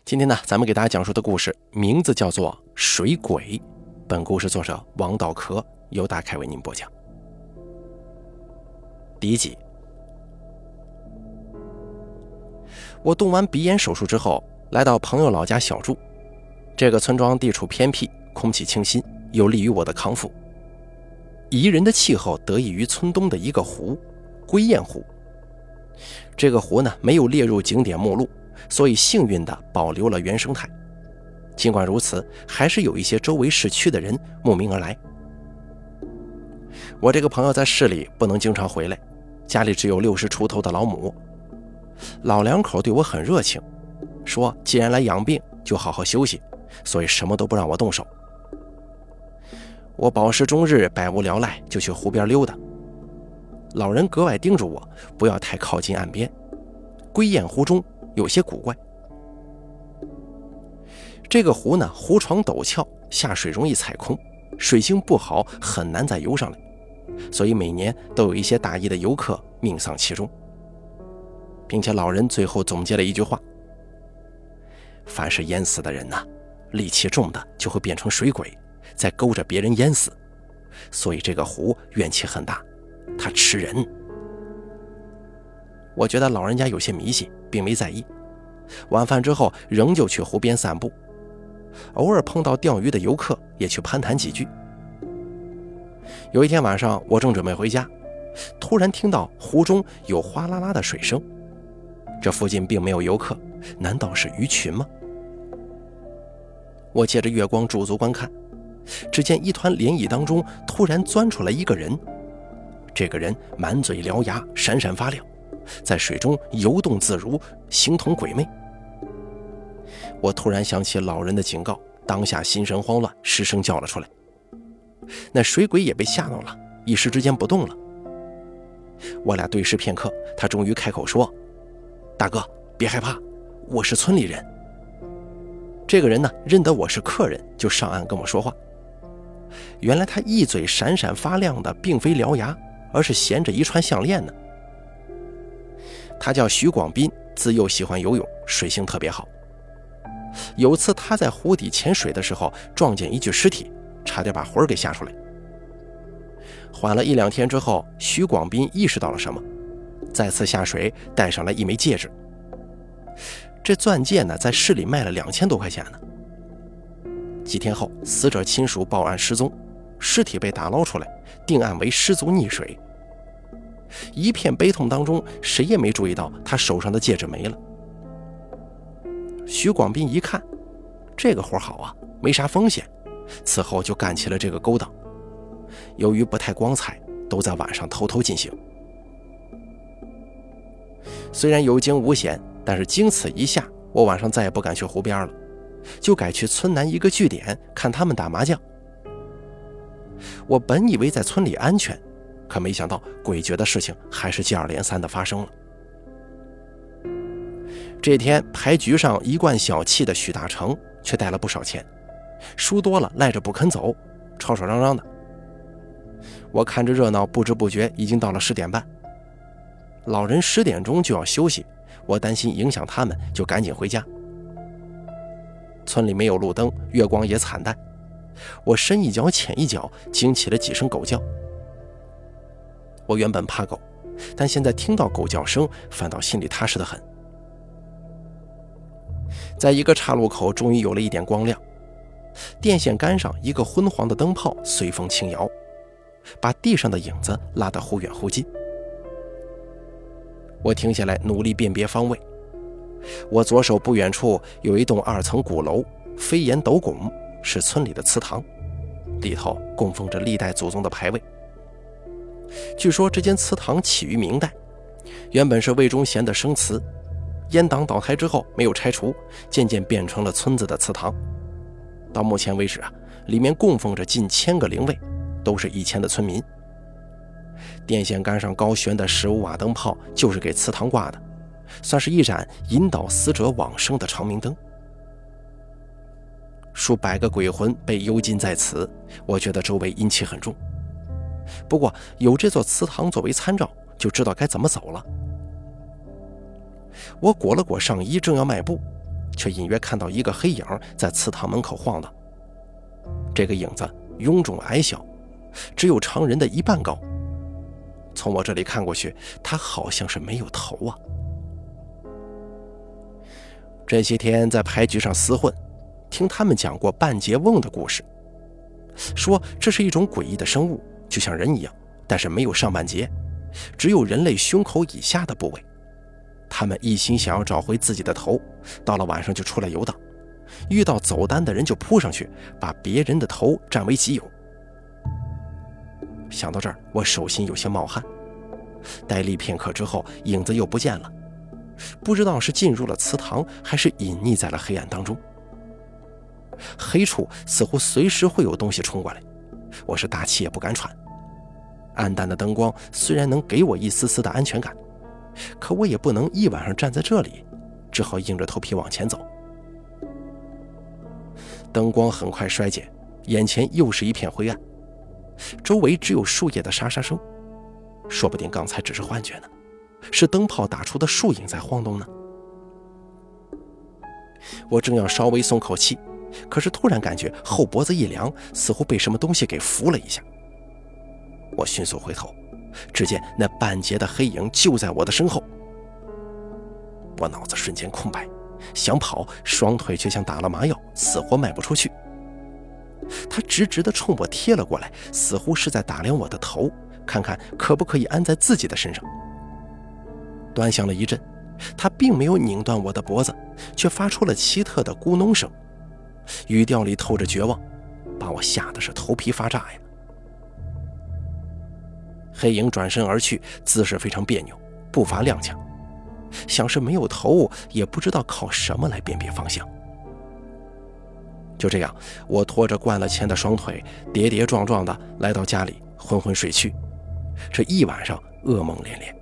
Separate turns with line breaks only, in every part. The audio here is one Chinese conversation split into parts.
今天呢，咱们给大家讲述的故事名字叫做《水鬼》，本故事作者王道壳由大凯为您播讲。第一集，我动完鼻炎手术之后，来到朋友老家小住。这个村庄地处偏僻，空气清新，有利于我的康复。宜人的气候得益于村东的一个湖——归雁湖。这个湖呢，没有列入景点目录，所以幸运地保留了原生态。尽管如此，还是有一些周围市区的人慕名而来。我这个朋友在市里不能经常回来，家里只有60出头的老母。老两口对我很热情，说既然来养病，就好好休息，所以什么都不让我动手。我饱食终日，百无聊赖，就去湖边溜达。老人格外叮嘱我不要太靠近岸边，归雁湖中有些古怪。这个湖呢，湖床陡峭，下水容易踩空，水性不好，很难再游上来，所以每年都有一些大意的游客命丧其中。并且老人最后总结了一句话：凡是淹死的人呐，戾气重的就会变成水鬼，再勾着别人淹死，所以这个湖怨气很大，它吃人。我觉得老人家有些迷信，并没在意。晚饭之后仍旧去湖边散步，偶尔碰到钓鱼的游客也去攀谈几句。有一天晚上，我正准备回家，突然听到湖中有哗啦啦的水声。这附近并没有游客，难道是鱼群吗？我借着月光驻足观看，只见一团涟漪当中突然钻出来一个人。这个人满嘴獠牙，闪闪发亮，在水中游动自如，形同鬼魅。我突然想起老人的警告，当下心神慌乱，失声叫了出来。那水鬼也被吓到了，一时之间不动了。我俩对视片刻，他终于开口说：大哥，别害怕，我是村里人。这个人呢，认得我是客人，就上岸跟我说话。原来他一嘴闪闪发亮的并非獠牙，而是衔着一串项链呢。他叫徐广斌，自幼喜欢游泳，水性特别好。有次他在湖底潜水的时候，撞见一具尸体，差点把魂给吓出来。缓了1-2天之后，徐广斌意识到了什么，再次下水，带上来一枚戒指。这钻戒呢，在市里卖了2000多块钱呢。几天后，死者亲属报案失踪，尸体被打捞出来，定案为失足溺水。一片悲痛当中，谁也没注意到他手上的戒指没了。徐广斌一看，这个活好啊，没啥风险，此后就干起了这个勾当。由于不太光彩，都在晚上偷偷进行。虽然有惊无险，但是经此一下，我晚上再也不敢去湖边了，就改去村南一个据点看他们打麻将。我本以为在村里安全，可没想到诡谲的事情还是接二连三的发生了。这天牌局上一贯小气的许大成却带了不少钱，输多了赖着不肯走，吵吵嚷嚷的。我看着热闹，不知不觉已经到了10点半。老人10点钟就要休息，我担心影响他们，就赶紧回家。村里没有路灯，月光也惨淡，我深一脚浅一脚，惊起了几声狗叫。我原本怕狗，但现在听到狗叫声，反倒心里踏实得很。在一个岔路口，终于有了一点光亮，电线杆上一个昏黄的灯泡随风轻摇，把地上的影子拉得忽远忽近。我停下来，努力辨别方位。我左手不远处有一栋2层古楼，飞檐斗拱，是村里的祠堂，里头供奉着历代祖宗的牌位。据说这间祠堂起于明代，原本是魏忠贤的生祠，阉党倒台之后没有拆除，渐渐变成了村子的祠堂。到目前为止里面供奉着近1000个灵位，都是以前的村民。电线杆上高悬的15瓦灯泡就是给祠堂挂的，算是一盏引导死者往生的长明灯。数百个鬼魂被幽禁在此，我觉得周围阴气很重。不过有这座祠堂作为参照，就知道该怎么走了。我裹了裹上衣，正要迈步， 却隐约看到一个黑影在祠堂门口晃荡。这个影子臃肿矮小，只有常人的一半高。从我这里看过去，他好像是没有头啊。这些天在牌局上厮混，听他们讲过半截瓮的故事，说这是一种诡异的生物，就像人一样，但是没有上半截，只有人类胸口以下的部位。他们一心想要找回自己的头，到了晚上就出来游荡，遇到走单的人就扑上去，把别人的头占为己有。想到这儿，我手心有些冒汗。呆立片刻之后，影子又不见了，不知道是进入了祠堂，还是隐匿在了黑暗当中。黑处似乎随时会有东西冲过来，我是大气也不敢喘。暗淡的灯光虽然能给我一丝丝的安全感，可我也不能一晚上站在这里，只好硬着头皮往前走。灯光很快衰减，眼前又是一片灰暗，周围只有树叶的沙沙声，说不定刚才只是幻觉呢，是灯泡打出的树影在晃动呢。我正要稍微松口气，可是突然感觉后脖子一凉，似乎被什么东西给扶了一下。我迅速回头，只见那半截的黑影就在我的身后。我脑子瞬间空白，想跑，双腿却像打了麻药，死活迈不出去。他直直地冲我贴了过来，似乎是在打量我的头，看看可不可以安在自己的身上。端详了一阵，他并没有拧断我的脖子，却发出了奇特的咕哝声，语调里透着绝望，把我吓得是头皮发炸呀。黑影转身而去，姿势非常别扭，步伐踉跄，像是没有头，也不知道靠什么来辨别方向。就这样，我拖着灌了铅的双腿，跌跌撞撞地来到家里，昏昏睡去。这一晚上噩梦连连。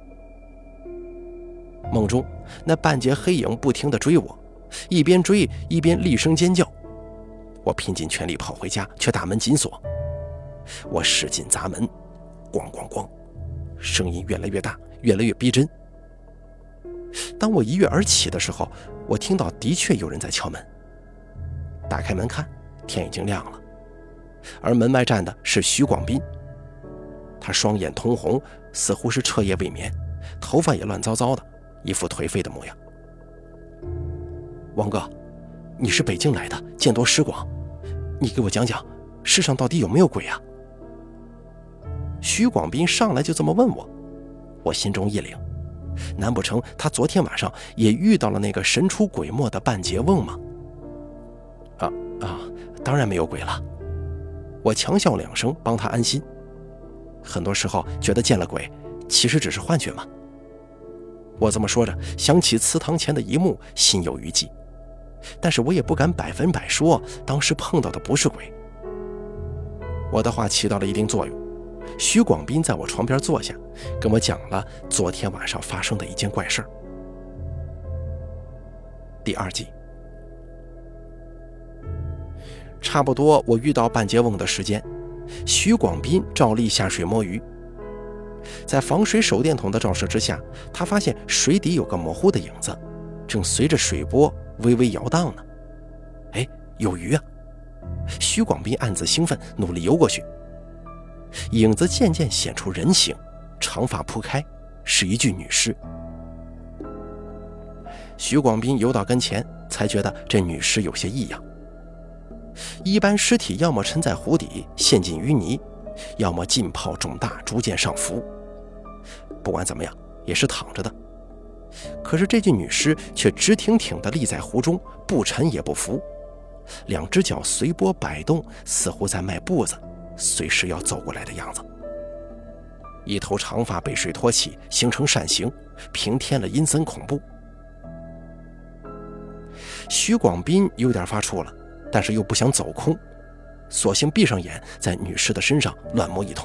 梦中那半截黑影不停地追我，一边追一边厉声尖叫。我拼尽全力跑回家，却大门紧锁。我使劲砸门，咣咣咣，声音越来越大，越来越逼真。当我一跃而起的时候，我听到的确有人在敲门。打开门看，天已经亮了，而门外站的是徐广斌。他双眼通红，似乎是彻夜未眠，头发也乱糟糟的，一副颓废的模样。王哥，你是北京来的，见多识广，你给我讲讲，世上到底有没有鬼啊？徐广斌上来就这么问我，我心中一凛，难不成他昨天晚上也遇到了那个神出鬼没的半截瓮吗？当然没有鬼了。我强笑两声，帮他安心。很多时候觉得见了鬼，其实只是幻觉嘛。我这么说着，想起祠堂前的一幕，心有余悸，但是我也不敢100%说当时碰到的不是鬼。我的话起到了一定作用，徐广斌在我床边坐下，跟我讲了昨天晚上发生的一件怪事儿。第2集。差不多我遇到半截瓮的时间，徐广斌照例下水摸鱼。在防水手电筒的照射之下，他发现水底有个模糊的影子，正随着水波微微摇荡呢。哎，有鱼啊！徐广斌暗自兴奋，努力游过去。影子渐渐显出人形，长发铺开，是一具女尸。徐广斌游到跟前，才觉得这女尸有些异样。一般尸体要么沉在湖底陷进淤泥，要么浸泡肿大逐渐上浮，不管怎么样也是躺着的。可是这具女尸却直挺挺地立在湖中，不沉也不浮，两只脚随波摆动，似乎在迈步子，随时要走过来的样子。一头长发被水托起，形成扇形，平添了阴森恐怖。徐广斌有点发怵了，但是又不想走空，索性闭上眼，在女尸的身上乱摸一通。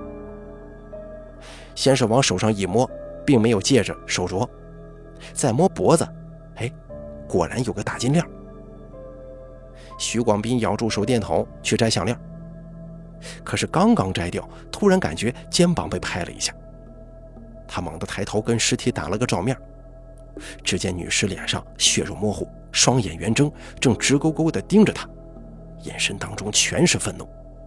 先是往手上一摸，并没有戒指手镯，再摸脖子，果然有个大金链。徐广斌咬住手电筒去摘项链，可是刚刚摘掉，突然感觉肩膀被拍了一下，他猛地抬头跟尸体打了个照面，只见女尸脸上血肉模糊， 双眼圆睁，正直勾勾地盯着他，眼神当中全是愤怒。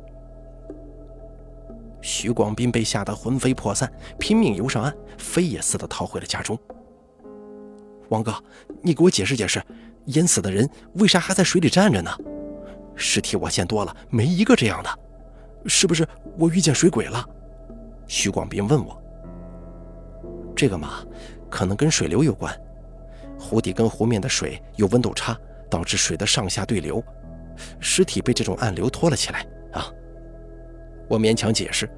徐广斌被吓得魂飞魄散，拼命游上岸，飞也似的逃回了家中。王哥，你给我解释解释，淹死的人为啥还在水里站着呢？尸体我见多了，没一个这样的，是不是我遇见水鬼了？徐广斌问我。这个嘛，可能跟水流有关，湖底跟湖面的水有温度差，导致水的上下对流，尸体被这种暗流拖了起来啊。我勉强解释。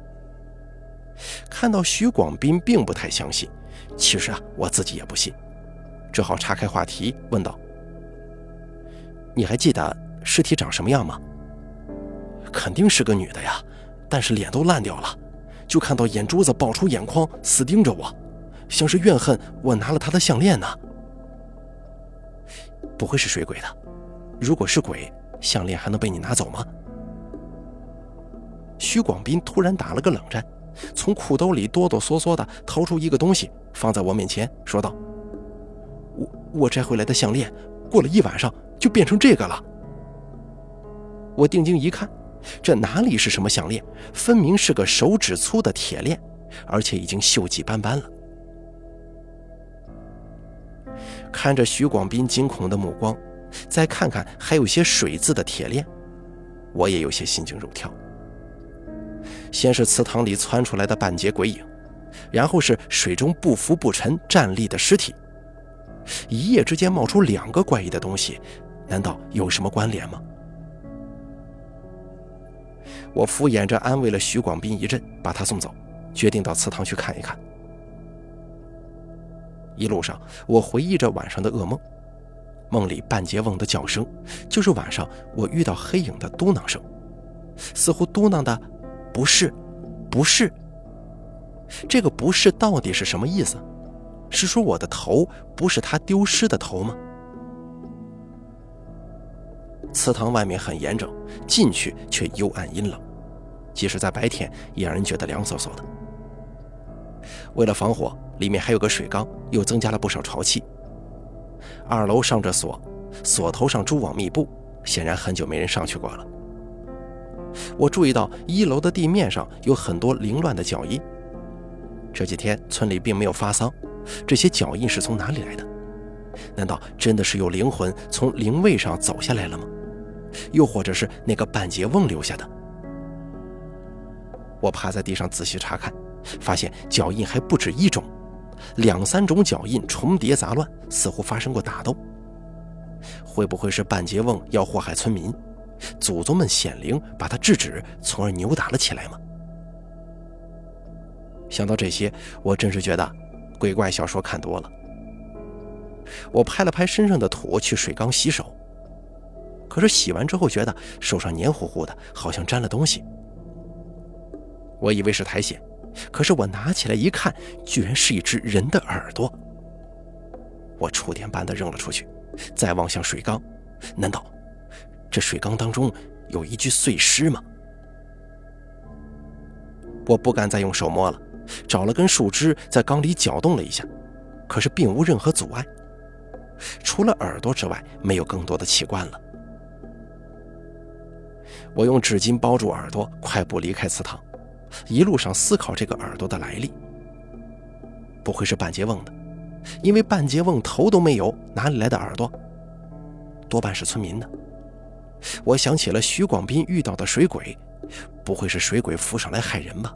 看到徐广斌并不太相信，其实我自己也不信，只好岔开话题问道：你还记得尸体长什么样吗？肯定是个女的呀，但是脸都烂掉了，就看到眼珠子爆出眼眶，死盯着我，像是怨恨我拿了她的项链呢。不会是水鬼的，如果是鬼，项链还能被你拿走吗？徐广斌突然打了个冷战，从裤兜里哆哆嗦嗦地掏出一个东西放在我面前，说道：我摘回来的项链过了一晚上就变成这个了。我定睛一看，这哪里是什么项链，分明是个手指粗的铁链，而且已经锈迹斑斑了。看着徐广斌惊恐的目光，再看看还有些水渍的铁链，我也有些心惊肉跳。先是祠堂里窜出来的半截鬼影，然后是水中不浮不沉站立的尸体，一夜之间冒出2个怪异的东西，难道有什么关联吗？我敷衍着安慰了徐广斌一阵，把他送走，决定到祠堂去看一看。一路上我回忆着晚上的噩梦，梦里半截瓮的叫声就是晚上我遇到黑影的嘟囔声，似乎嘟囔的不是不是。这个不是到底是什么意思？是说我的头不是他丢失的头吗？祠堂外面很严整，进去却幽暗阴冷，即使在白天也让人觉得凉飕飕的。为了防火，里面还有个水缸，又增加了不少潮气。2楼上着锁，锁头上蛛网密布，显然很久没人上去过了。我注意到1楼的地面上有很多凌乱的脚印，这几天村里并没有发丧，这些脚印是从哪里来的？难道真的是有灵魂从灵位上走下来了吗？又或者是那个半截瓮留下的？我趴在地上仔细查看，发现脚印还不止1种，2、3种脚印重叠杂乱，似乎发生过打斗。会不会是半截瓮要祸害村民，祖宗们显灵把他制止，从而扭打了起来吗？想到这些，我真是觉得鬼怪小说看多了。我拍了拍身上的土，去水缸洗手，可是洗完之后觉得手上黏糊糊的，好像沾了东西。我以为是苔藓，可是我拿起来一看，居然是一只人的耳朵。我触电般的扔了出去，再望向水缸，难道这水缸当中有一具碎尸吗？我不敢再用手摸了，找了根树枝在缸里搅动了一下，可是并无任何阻碍，除了耳朵之外没有更多的器官了。我用纸巾包住耳朵，快步离开祠堂，一路上思考这个耳朵的来历。不会是半截瓮的，因为半截瓮头都没有，哪里来的耳朵？多半是村民的。我想起了徐广斌遇到的水鬼，不会是水鬼浮上来害人吧？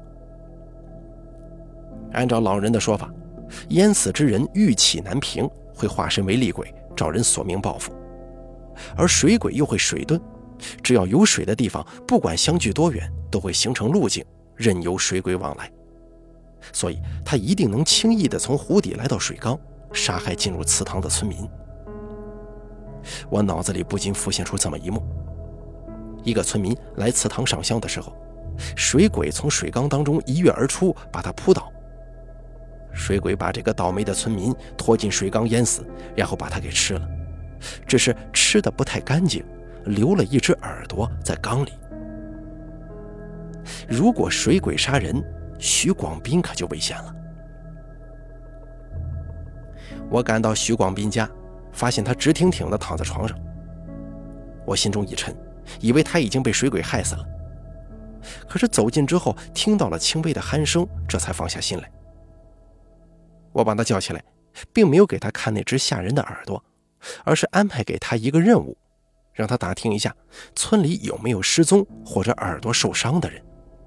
按照老人的说法，淹死之人郁气难平，会化身为厉鬼，找人索命报复。而水鬼又会水遁，只要有水的地方，不管相距多远，都会形成路径，任由水鬼往来。所以他一定能轻易地从湖底来到水缸，杀害进入祠堂的村民。我脑子里不禁浮现出这么一幕：一个村民来祠堂上香的时候，水鬼从水缸当中一跃而出，把他扑倒。水鬼把这个倒霉的村民拖进水缸淹死，然后把他给吃了，只是吃的不太干净，留了一只耳朵在缸里。如果水鬼杀人，徐广斌可就危险了。我赶到徐广斌家， 发现他直挺挺地躺在床上。我心中一沉，以为他已经被水鬼害死了。可是走近之后，听到了轻微的鼾声，这才放下心来。我把他叫起来，并没有给他看那只吓人的耳朵，而是安排给他一个任务，让他打听一下村里有没有失踪或者耳朵受伤的人。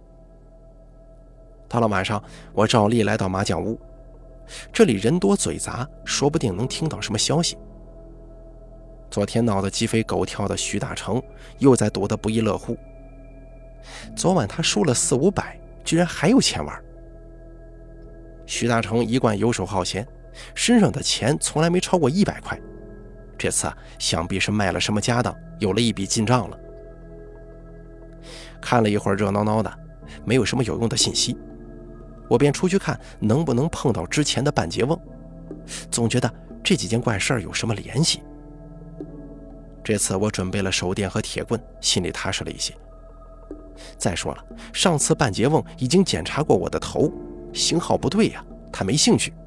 到了晚上，我照例来到麻将屋，这里人多嘴杂，说不定能听到什么消息。昨天闹得鸡飞狗跳的徐大成又在赌得不亦乐乎。昨晚他输了400-500，居然还有钱玩。徐大成一贯游手好闲，身上的钱从来没超过100块，这次想必是卖了什么家当，有了一笔进账了。看了一会儿热闹闹的，没有什么有用的信息，我便出去看能不能碰到之前的半截瓮，总觉得这几件怪事有什么联系。这次我准备了手电和铁棍，心里踏实了一些。再说了，上次半截瓮已经检查过我的头，型号不对呀，他没兴趣。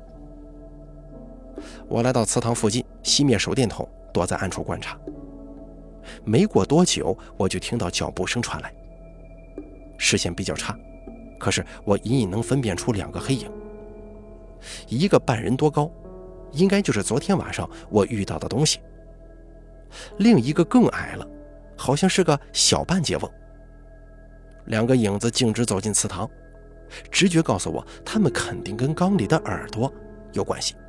我来到祠堂附近，熄灭手电筒，躲在暗处观察。没过多久，我就听到脚步声传来。视线比较差，可是我隐隐能分辨出2个黑影，一个半人多高，应该就是昨天晚上我遇到的东西。另一个更矮了，好像是个小半截瓮。2个影子径直走进祠堂，直觉告诉我，他们肯定跟缸里的耳朵有关系。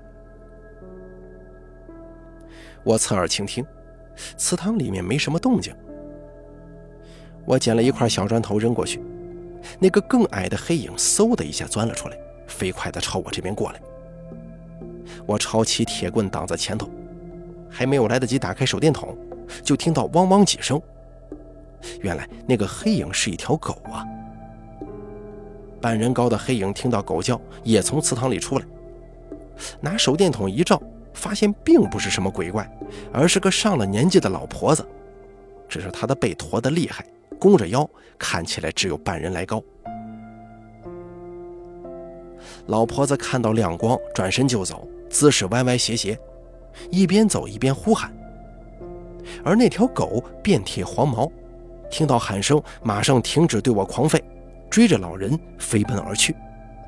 我侧耳倾听，祠堂里面没什么动静。我捡了一块小砖头扔过去，那个更矮的黑影嗖的一下钻了出来，飞快地朝我这边过来。我抄起铁棍挡在前头，还没有来得及打开手电筒，就听到汪汪几声。原来那个黑影是一条狗啊！半人高的黑影听到狗叫，也从祠堂里出来，拿手电筒一照，发现并不是什么鬼怪，而是个上了年纪的老婆子，只是她的背驼得厉害，弓着腰，看起来只有半人来高。老婆子看到亮光，转身就走，姿势歪歪斜斜，一边走一边呼喊。而那条狗遍体黄毛，听到喊声马上停止对我狂吠，追着老人飞奔而去。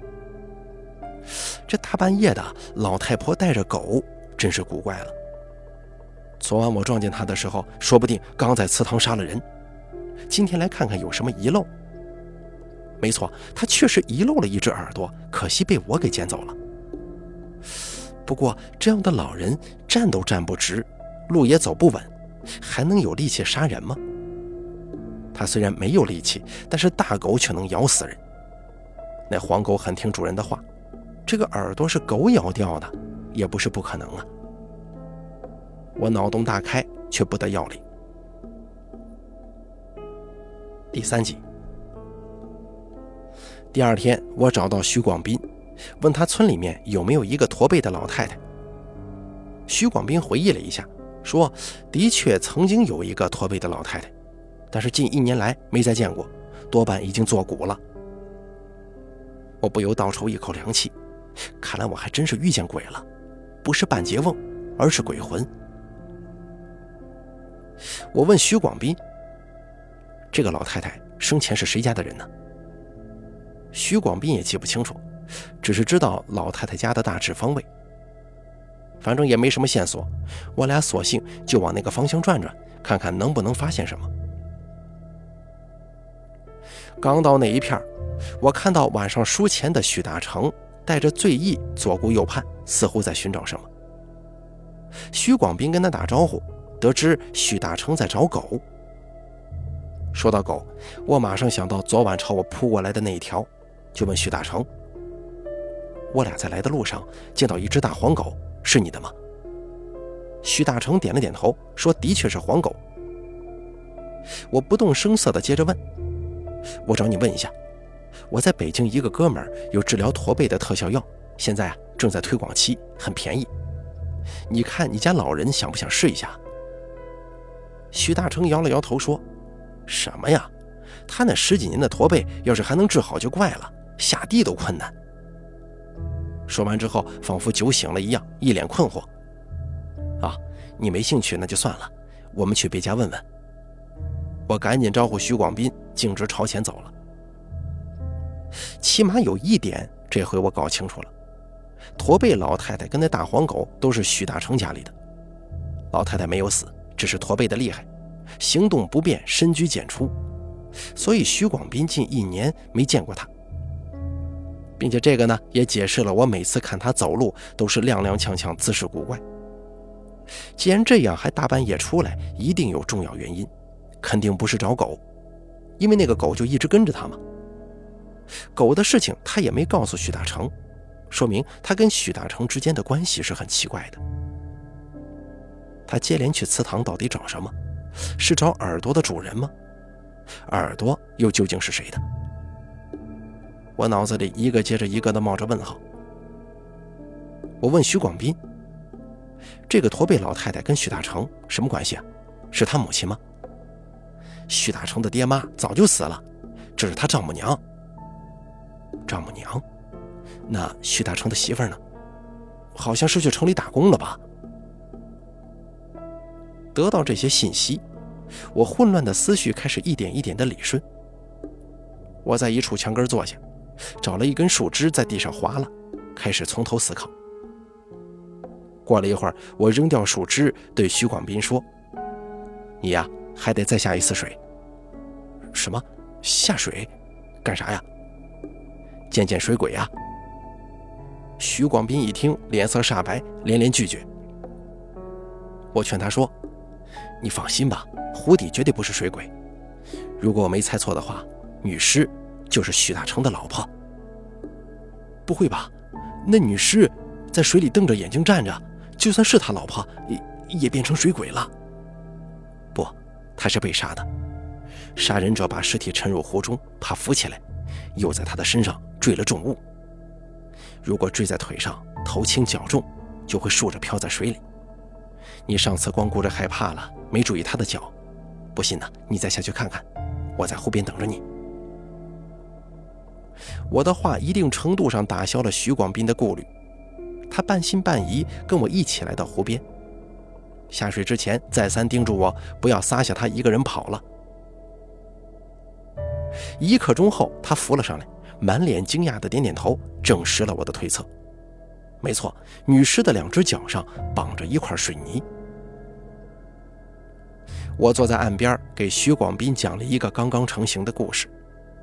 这大半夜的，老太婆带着狗真是古怪了。昨晚我撞见她的时候，说不定刚在祠堂杀了人，今天来看看有什么遗漏。没错，她确实遗漏了一只耳朵，可惜被我给捡走了。不过这样的老人站都站不直，路也走不稳，还能有力气杀人吗？他虽然没有力气，但是大狗却能咬死人。那黄狗很听主人的话，这个耳朵是狗咬掉的，也不是不可能啊。我脑洞大开，却不得要领。第3集。第2天，我找到徐广斌，问他村里面有没有一个驼背的老太太。徐广斌回忆了一下，说的确曾经有一个驼背的老太太，但是近1年来没再见过，多半已经作古了。我不由倒抽一口凉气，看来我还真是遇见鬼了，不是半截瓮，而是鬼魂。我问徐广斌，这个老太太生前是谁家的人呢？徐广斌也记不清楚，只是知道老太太家的大致方位。反正也没什么线索，我俩索性就往那个方向转转，看看能不能发现什么。刚到那一片，我看到晚上书前的许大成带着醉意左顾右盼，似乎在寻找什么。徐广斌跟他打招呼，得知许大成在找狗。说到狗，我马上想到昨晚朝我扑过来的那一条，就问许大成，我俩在来的路上见到一只大黄狗，是你的吗？许大成点了点头，说的确是黄狗。我不动声色地接着问，我找你问一下，我在北京一个哥们儿有治疗驼背的特效药，现在正在推广期，很便宜，你看你家老人想不想试一下？许大成摇了摇头说，什么呀，他那10几年的驼背要是还能治好就怪了，下地都困难。说完之后仿佛酒醒了一样，一脸困惑。 啊，你没兴趣那就算了，我们去别家问问。我赶紧招呼徐广斌径直朝前走了。起码有一点，这回我搞清楚了，驼背老太太跟那大黄狗都是徐大成家里的。老太太没有死，只是驼背的厉害，行动不便，深居简出，所以徐广斌近1年没见过她。并且这个呢，也解释了我每次看她走路都是踉踉跄跄，姿势古怪。既然这样还大半夜出来，一定有重要原因，肯定不是找狗，因为那个狗就一直跟着他嘛。狗的事情他也没告诉许大成，说明他跟许大成之间的关系是很奇怪的。他接连去祠堂到底找什么？是找耳朵的主人吗？耳朵又究竟是谁的？我脑子里一个接着一个的冒着问号。我问徐广斌，这个驼背老太太跟许大成什么关系啊？是他母亲吗？许大成的爹妈早就死了，这是他丈母娘。丈母娘？那许大成的媳妇儿呢？好像是去城里打工了吧？得到这些信息，我混乱的思绪开始一点一点的理顺。我在一处墙根坐下，找了一根树枝在地上划了，开始从头思考。过了一会儿，我扔掉树枝，对徐广斌说：“你呀，还得再下一次水。”什么？下水？干啥呀？见见水鬼呀！徐广斌一听，脸色煞白，连连拒绝。我劝他说：“你放心吧，湖底绝对不是水鬼。如果我没猜错的话，女尸就是许大成的老婆。”不会吧？那女尸在水里瞪着眼睛站着，就算是他老婆，也变成水鬼了。不，他是被杀的。杀人者把尸体沉入湖中，怕浮起来，又在他的身上坠了重物。如果坠在腿上，头轻脚重，就会竖着飘在水里。你上次光顾着害怕了，没注意他的脚。不信呢，你再下去看看，我在湖边等着你。我的话一定程度上打消了徐广斌的顾虑，他半信半疑跟我一起来到湖边。下水之前再三叮嘱我不要撒下他一个人跑了。1刻钟后，他浮了上来，满脸惊讶地点点头，证实了我的推测。没错，女尸的2只脚上绑着一块水泥。我坐在岸边，给徐广斌讲了一个刚刚成型的故事。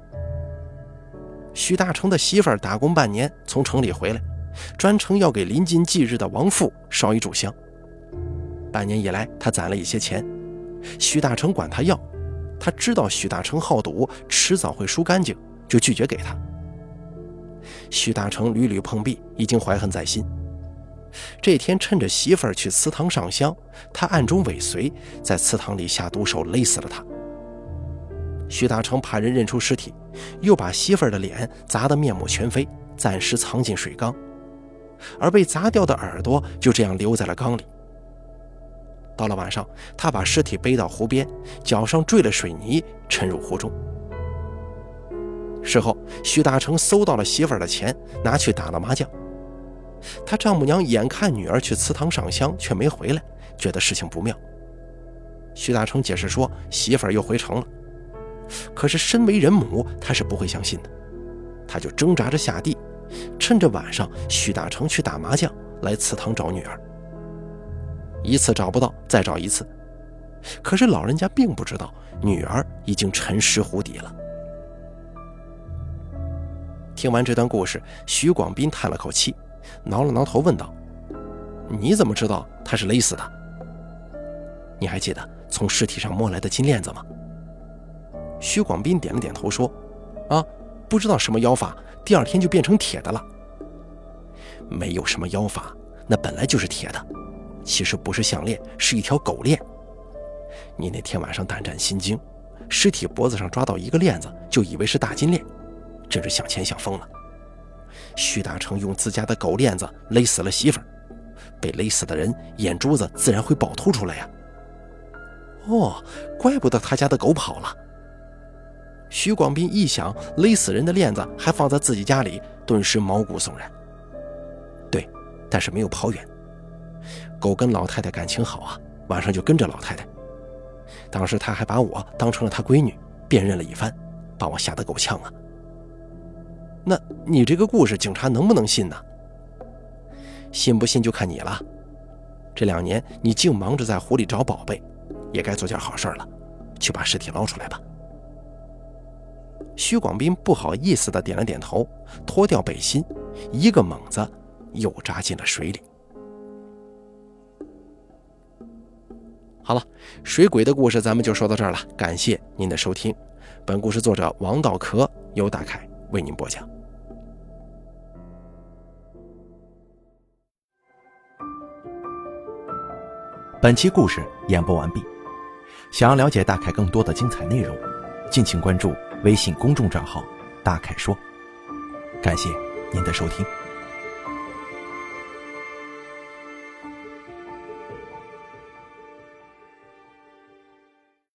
许大成的媳妇儿打工半年，从城里回来，专程要给临近忌日的亡父烧一炷香。半年以来，他攒了一些钱，许大成管他要，他知道许大成好赌，迟早会输干净，就拒绝给他。许大成屡屡碰壁，已经怀恨在心。这天趁着媳妇儿去祠堂上香，他暗中尾随，在祠堂里下毒手勒死了他。许大成怕人认出尸体，又把媳妇儿的脸砸得面目全非，暂时藏进水缸，而被砸掉的耳朵就这样留在了缸里。到了晚上，他把尸体背到湖边，脚上坠了水泥，沉入湖中。事后，许大成搜到了媳妇儿的钱，拿去打了麻将。他丈母娘眼看女儿去祠堂上香却没回来，觉得事情不妙。许大成解释说媳妇儿又回城了，可是身为人母，他是不会相信的。他就挣扎着下地，趁着晚上许大成去打麻将，来祠堂找女儿。一次找不到，再找一次，可是老人家并不知道女儿已经沉尸湖底了。听完这段故事，徐广斌叹了口气，挠了挠头问道：“你怎么知道他是勒死的？你还记得从尸体上摸来的金链子吗？”徐广斌点了点头说：“啊，不知道什么妖法，第2天就变成铁的了。”没有什么妖法，那本来就是铁的，其实不是项链，是一条狗链。你那天晚上胆战心惊，尸体脖子上抓到一个链子，就以为是大金链，真是想钱想疯了。徐大成用自家的狗链子勒死了媳妇儿，被勒死的人眼珠子自然会暴突出来呀。哦，怪不得他家的狗跑了。徐广斌一想勒死人的链子还放在自己家里，顿时毛骨悚然。对，但是没有跑远。 狗跟老太太感情好啊，晚上就跟着老太太。当时他还把我当成了他闺女，辨认了一番，把我吓得够呛啊。那你这个故事警察能不能信呢？信不信就看你了。这2年你净忙着在湖里找宝贝，也该做件好事了，去把尸体捞出来吧。徐广斌不好意思地点了点头，脱掉背心，一个猛子又扎进了水里。好了，水鬼的故事咱们就说到这儿了，感谢您的收听。本故事作者王道壳由大凯为您播讲。
本期故事演播完毕。想要了解大凯更多的精彩内容，敬请关注微信公众账号大凯说。感谢您的收听。